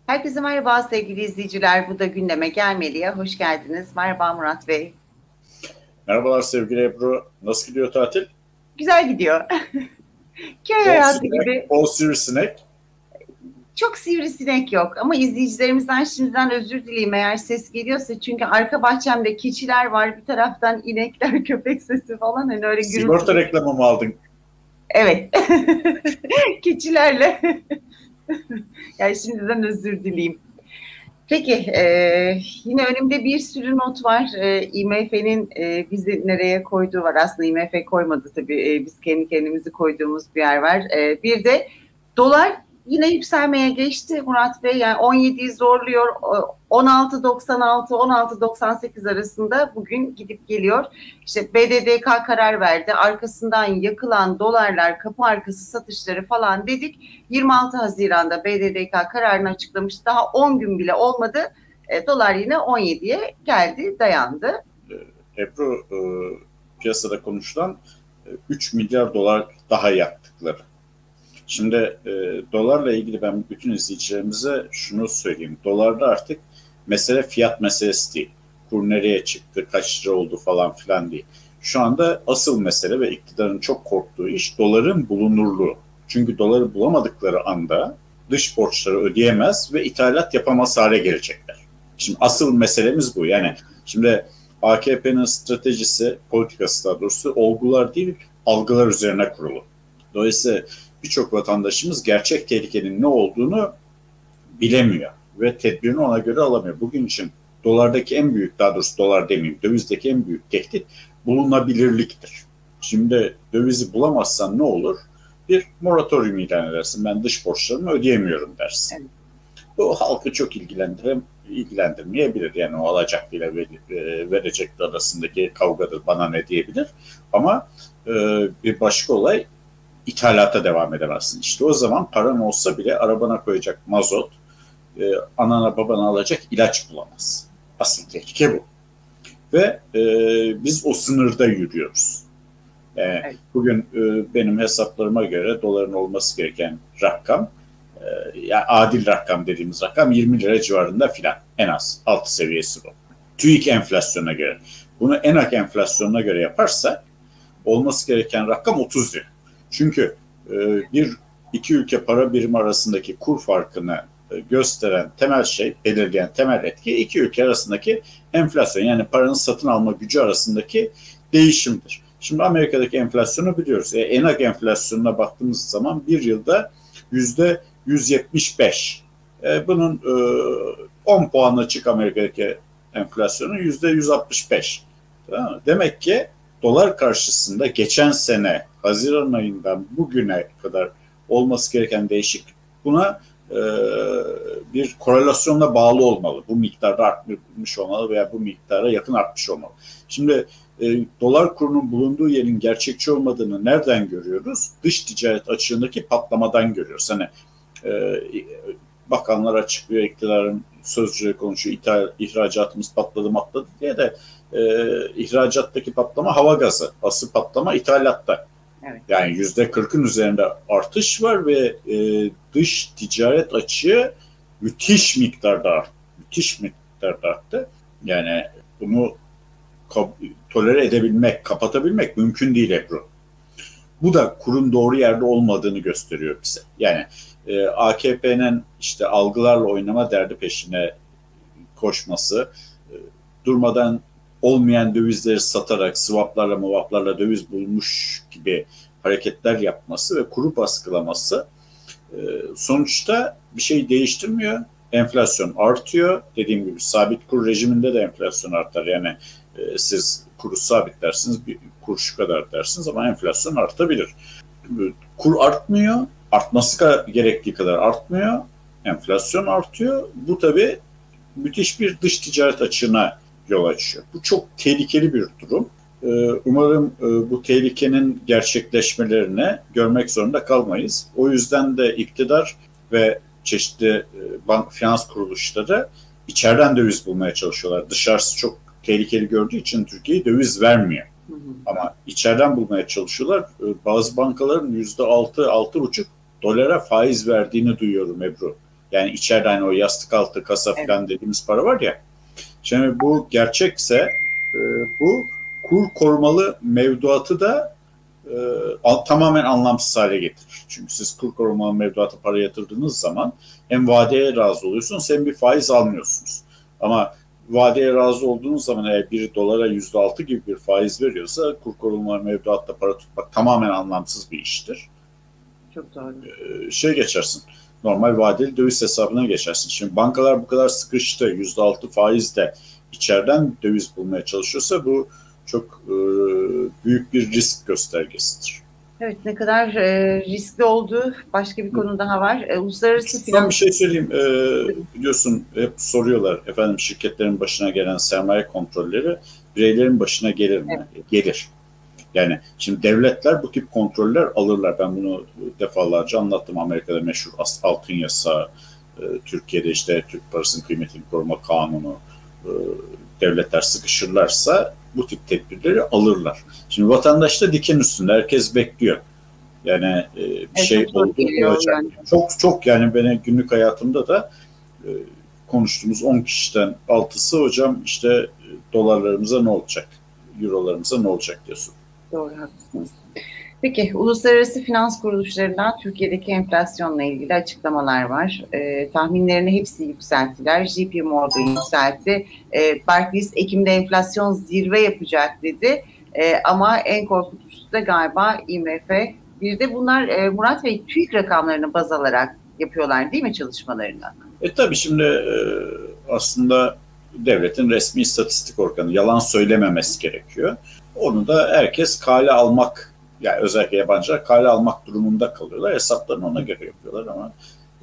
Herkese merhaba sevgili izleyiciler. Bu da gündeme gelmeliye. Hoş geldiniz. Merhaba Murat Bey. Merhabalar sevgili Ebru. Nasıl gidiyor tatil? Güzel gidiyor. Köy Bol hayatı sinek, gibi. bol sivrisinek. Çok sivrisinek yok ama izleyicilerimizden şimdiden özür dileyim eğer ses geliyorsa. Çünkü arka bahçemde keçiler var. Bir taraftan inekler, köpek sesi falan hani öyle Sigorta gürültülü. reklamı mı aldın? Evet. Keçilerle. Yani şimdiden özür dileyim. Peki, yine önümde bir sürü not var. IMF'nin bizi nereye koyduğu var. Aslında IMF koymadı tabii. Biz kendi kendimizi koyduğumuz bir yer var. Bir de dolar yine yükselmeye geçti Murat Bey. Yani 17'yi zorluyor. 16.96, 16.98 arasında bugün gidip geliyor. İşte BDDK karar verdi. Arkasından yakılan dolarlar, kapı arkası satışları falan dedik. 26 Haziran'da BDDK kararını açıklamış. Daha 10 gün bile olmadı. Dolar yine 17'ye geldi, dayandı. Ebru, piyasada konuşulan 3 milyar dolar daha yaktıkları. Şimdi dolarla ilgili ben bütün izleyicilerimize şunu söyleyeyim. Dolarda artık mesele fiyat meselesi değil. Kur nereye çıktı, kaç lira oldu falan filan değil. Şu anda asıl mesele ve iktidarın çok korktuğu iş doların bulunurluğu. Çünkü doları bulamadıkları anda dış borçları ödeyemez ve ithalat yapamaz hale gelecekler. Şimdi asıl meselemiz bu. Yani şimdi AKP'nin stratejisi, politikası daha doğrusu olgular değil, algılar üzerine kurulu. Dolayısıyla birçok vatandaşımız gerçek tehlikenin ne olduğunu bilemiyor ve tedbirini ona göre alamıyor. Bugün için dolardaki en büyük, daha doğrusu dolar demeyeyim, dövizdeki en büyük tehdit bulunabilirliktir. Şimdi dövizi bulamazsan ne olur? Bir moratorium ilan edersin. Ben dış borçlarımı ödeyemiyorum dersin. Evet. Bu halkı çok ilgilendirmeyebilir. Yani o alacaklıyla verecekli arasındaki kavgadır, bana ne diyebilir. Ama bir başka olay, ithalata devam edemezsin. İşte o zaman paran olsa bile arabana koyacak mazot, anana babana alacak ilaç bulamaz. Asıl tehlike bu. Ve biz o sınırda yürüyoruz. Evet. Bugün benim hesaplarıma göre doların olması gereken rakam, yani adil rakam dediğimiz rakam 20 lira civarında filan. En az altı seviyesi bu. TÜİK enflasyona göre. Bunu ENAK enflasyonuna göre yaparsa olması gereken rakam 30 lira. Çünkü bir iki ülke para birimi arasındaki kur farkını gösteren temel şey, belirleyen temel etki iki ülke arasındaki enflasyon. Yani paranın satın alma gücü arasındaki değişimdir. Şimdi Amerika'daki enflasyonu biliyoruz. ENAK enflasyonuna baktığımız zaman bir yılda %175. Bunun 10 puan açık Amerika'daki enflasyonu %165. Tamam mı? Demek ki dolar karşısında geçen sene Haziran ayından bugüne kadar olması gereken değişiklik buna bir korelasyonla bağlı olmalı. Bu miktarda artmış olmalı veya bu miktara yakın artmış olmalı. Şimdi dolar kurunun bulunduğu yerin gerçekçi olmadığını nereden görüyoruz? Dış ticaret açığındaki patlamadan görüyoruz. Hani bakanlar açıklıyor, iktidarın sözcüleri konuşuyor, ihracatımız patladı diye de ihracattaki patlama hava gazı, asıl patlama ithalatta. Evet. Yani %40'ın üzerinde artış var ve dış ticaret açığı müthiş miktarda arttı. Yani bunu tolere edebilmek, kapatabilmek mümkün değil Ebru. Bu da kurun doğru yerde olmadığını gösteriyor bize. Yani AKP'nin işte algılarla oynama derdi peşine koşması, durmadan olmayan dövizleri satarak swaplarla döviz bulmuş gibi hareketler yapması ve kuru baskılaması sonuçta bir şey değiştirmiyor. Enflasyon artıyor. Dediğim gibi sabit kur rejiminde de enflasyon artar. Yani siz kuru sabitlersiniz, bir kur şu kadar dersiniz ama enflasyon artabilir. Kur artmıyor. Artması gerektiği kadar artmıyor. Enflasyon artıyor. Bu tabii müthiş bir dış ticaret açığına yol açıyor. Bu çok tehlikeli bir durum. Umarım bu tehlikenin gerçekleşmelerine görmek zorunda kalmayız. O yüzden de iktidar ve çeşitli finans kuruluşları içeriden döviz bulmaya çalışıyorlar. Dışarısı çok tehlikeli gördüğü için Türkiye'ye döviz vermiyor. Ama içeriden bulmaya çalışıyorlar. Bazı bankaların %6, 6,5 dolara faiz verdiğini duyuyorum Ebru. Yani içeride hani o yastık altı kasa Evet. falan dediğimiz para var ya. Şimdi bu gerçekse bu kur korumalı mevduatı da tamamen anlamsız hale getirir. Çünkü siz kur korumalı mevduata para yatırdığınız zaman hem vadeye razı oluyorsunuz hem bir faiz almıyorsunuz. Ama vadeye razı olduğunuz zaman eğer bir dolara %6 gibi bir faiz veriyorsa kur korumalı mevduatta para tutmak tamamen anlamsız bir iştir. Çok doğru. Geçersin. Normal vadeli döviz hesabına geçersin. Şimdi bankalar bu kadar sıkıştı. %6 faizle içeriden döviz bulmaya çalışıyorsa bu çok büyük bir risk göstergesidir. Evet, ne kadar riskli olduğu başka bir konu daha var. Uluslararası Son bir finans... şey söyleyeyim. Biliyorsun hep soruyorlar efendim şirketlerin başına gelen sermaye kontrolleri bireylerin başına gelir mi? Evet. Gelir. Yani şimdi devletler bu tip kontroller alırlar. Ben bunu defalarca anlattım. Amerika'da meşhur altın yasağı, Türkiye'de işte Türk parasının kıymetini koruma kanunu, devletler sıkışırlarsa bu tip tedbirleri alırlar. Şimdi vatandaş da diken üstünde. Herkes bekliyor. Yani bir şey oldu olacak. Yani. Çok yani benim günlük hayatımda da konuştuğumuz 10 kişiden 6'sı hocam işte dolarlarımıza ne olacak, eurolarımıza ne olacak diye soruyor. Doğru, haklısınız. Peki, uluslararası finans kuruluşlarından Türkiye'deki enflasyonla ilgili açıklamalar var. Tahminlerini hepsi yükselttiler. JP Morgan yükseltti. Barclays Ekim'de enflasyon zirve yapacak dedi. Ama en korkutucusu da galiba IMF. Bir de bunlar Murat Bey TÜİK rakamlarını baz alarak yapıyorlar değil mi çalışmalarını? Tabii şimdi aslında devletin resmi istatistik organı yalan söylememesi gerekiyor. Onu da herkes kale almak, yani özellikle yabancılar kale almak durumunda kalıyorlar. Hesaplarını ona göre yapıyorlar ama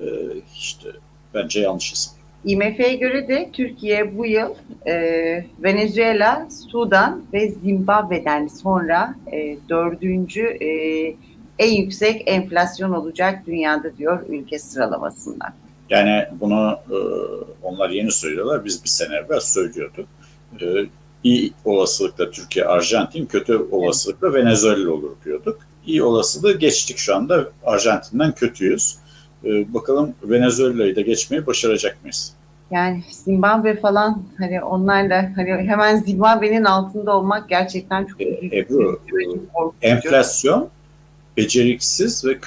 işte bence yanlış hesap. IMF'ye göre de Türkiye bu yıl Venezuela, Sudan ve Zimbabwe'den sonra dördüncü en yüksek enflasyon olacak dünyada diyor ülke sıralamasında. Yani bunu onlar yeni söylüyorlar. Biz bir sene evvel söylüyorduk. İyi olasılıkla Türkiye, Arjantin, kötü olasılıkla Venezuela olur diyorduk. İyi olasılığı geçtik şu anda. Arjantin'den kötüyüz. Bakalım Venezuela'yı da geçmeyi başaracak mıyız? Yani Zimbabwe falan hani onlarla hani hemen Zimbabwe'nin altında olmak gerçekten çok Ebru, enflasyon beceriksiz ve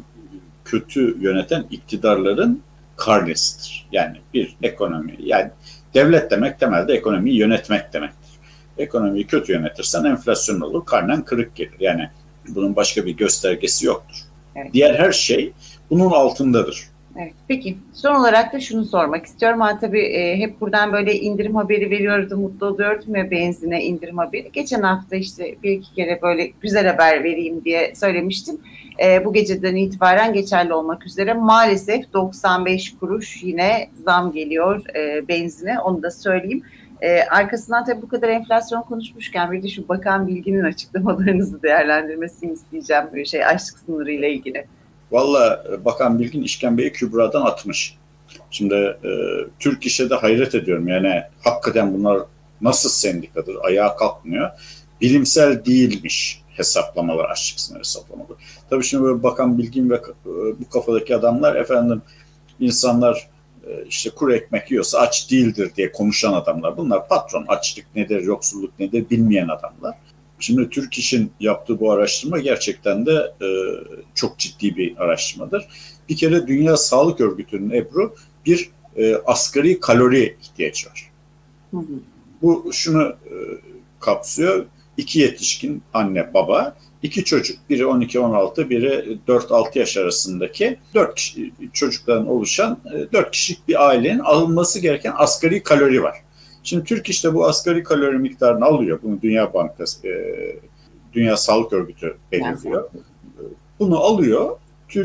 kötü yöneten iktidarların karnesidir. Yani bir ekonomi, yani devlet demek temelde ekonomiyi yönetmek demektir. Ekonomiyi kötü yönetirsen enflasyon olur, karnen kırık gelir. Yani bunun başka bir göstergesi yoktur. Evet. Diğer her şey bunun altındadır. Evet. Peki son olarak da şunu sormak istiyorum. Tabii hep buradan böyle indirim haberi veriyoruz da mutlu oluyordum ya benzine indirim haberi. Geçen hafta işte bir iki kere böyle güzel haber vereyim diye söylemiştim. Bu geceden itibaren geçerli olmak üzere maalesef 95 kuruş yine zam geliyor benzine, onu da söyleyeyim. Arkasından tabii bu kadar enflasyon konuşmuşken bir de şu Bakan Bilgin'in açıklamalarınızı değerlendirmesini isteyeceğim böyle açlık sınırı ile ilgili. Valla Bakan Bilgin işkembeyi kübradan atmış. Şimdi Türk İş'e de hayret ediyorum. Yani hakikaten bunlar nasıl sendikadır? Ayağa kalkmıyor. Bilimsel değilmiş hesaplamalar, açlık sınırı hesaplamaları. Tabii şimdi böyle Bakan Bilgin ve bu kafadaki adamlar efendim insanlar işte kuru ekmek yiyorsa aç değildir diye konuşan adamlar. Bunlar patron, açlık nedir, yoksulluk nedir bilmeyen adamlar. Şimdi Türk İş'in yaptığı bu araştırma gerçekten de çok ciddi bir araştırmadır. Bir kere Dünya Sağlık Örgütü'nün Ebru bir asgari kalori ihtiyacı var. Hı hı. Bu şunu kapsıyor. 2 yetişkin anne baba, 2 çocuk. Biri 12-16, biri 4-6 yaş arasındaki 4 kişi, çocukların oluşan 4 kişilik bir ailenin alınması gereken asgari kalori var. Şimdi Türk İş'te bu asgari kalori miktarını alıyor. Bunu Dünya Bankası, Dünya Sağlık Örgütü belirliyor. Bunu alıyor.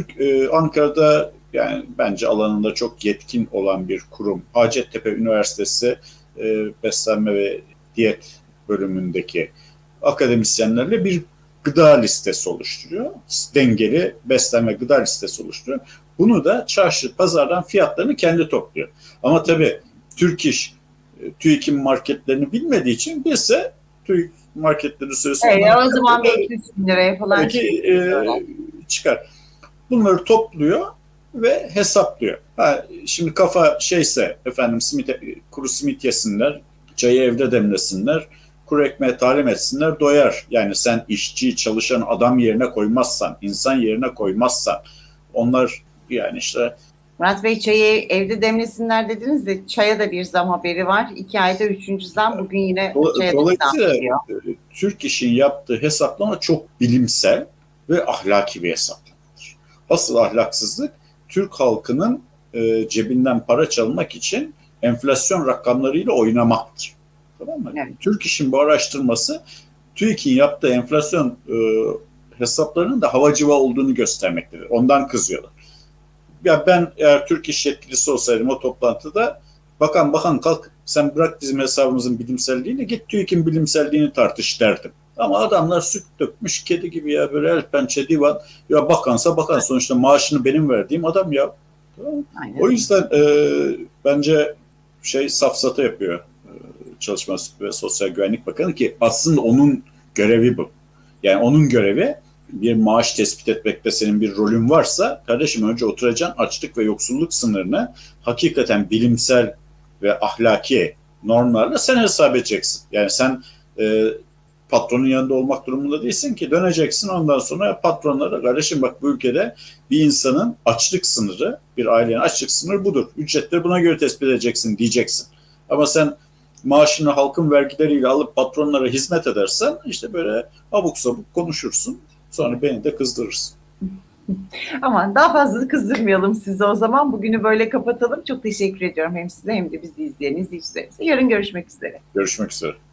Ankara'da yani bence alanında çok yetkin olan bir kurum. Hacettepe Üniversitesi Beslenme ve Diyet bölümündeki akademisyenlerle bir gıda listesi oluşturuyor. Dengeli beslenme gıda listesi oluşturuyor. Bunu da çarşı, pazardan fiyatlarını kendi topluyor. Ama tabii Türk İş TÜİK'in marketlerini bilmediği için bilse TÜİK marketleri süresi o zaman belki 3 bin liraya falan çıkar. Bunları topluyor ve hesaplıyor. Ha, şimdi kafa şeyse efendim kuru simit yesinler, çayı evde demlesinler, kuru ekmeğe talim etsinler doyar. Yani sen işçi, çalışan adam yerine koymazsan, insan yerine koymazsan onlar yani işte. Murat Bey, çayı evde demlesinler dediniz de çaya da bir zam haberi var. 2 ayda 3. zam. Bugün yine çaya da bir zam Dolayısıyla geliyor. Türk İş'in yaptığı hesaplama çok bilimsel ve ahlaki bir hesaplamadır. Asıl ahlaksızlık Türk halkının cebinden para çalmak için enflasyon rakamlarıyla oynamaktır. Tamam mı? Evet. Türk İş'in bu araştırması TÜİK'in yaptığı enflasyon hesaplarının da havacıva olduğunu göstermektedir. Ondan kızıyorlar. Ya ben eğer Türk İş yetkilisi olsaydım o toplantıda bakan kalk sen bırak bizim hesabımızın bilimselliğini git TÜİK'in bilimselliğini tartış derdim. Ama adamlar süt dökmüş kedi gibi ya böyle el pençe divan ya bakansa bakan sonuçta maaşını benim verdiğim adam ya. Aynen. O yüzden bence safsata yapıyor Çalışma ve Sosyal Güvenlik Bakanı ki aslında onun görevi bu. Yani onun görevi bir maaş tespit etmekte senin bir rolün varsa kardeşim önce oturacaksın açlık ve yoksulluk sınırını hakikaten bilimsel ve ahlaki normlarla sen hesap edeceksin. Yani sen patronun yanında olmak durumunda değilsin ki döneceksin ondan sonra patronlara kardeşim bak bu ülkede bir insanın açlık sınırı bir ailenin açlık sınırı budur. Ücretleri buna göre tespit edeceksin diyeceksin. Ama sen maaşını halkın vergileriyle alıp patronlara hizmet edersen işte böyle abuk sabuk konuşursun. Sonra beni de kızdırırsın. Ama daha fazla kızdırmayalım sizi o zaman. Bugünü böyle kapatalım. Çok teşekkür ediyorum hem size hem de bizi izleyen izleyicilerimize. Yarın görüşmek üzere. Görüşmek üzere.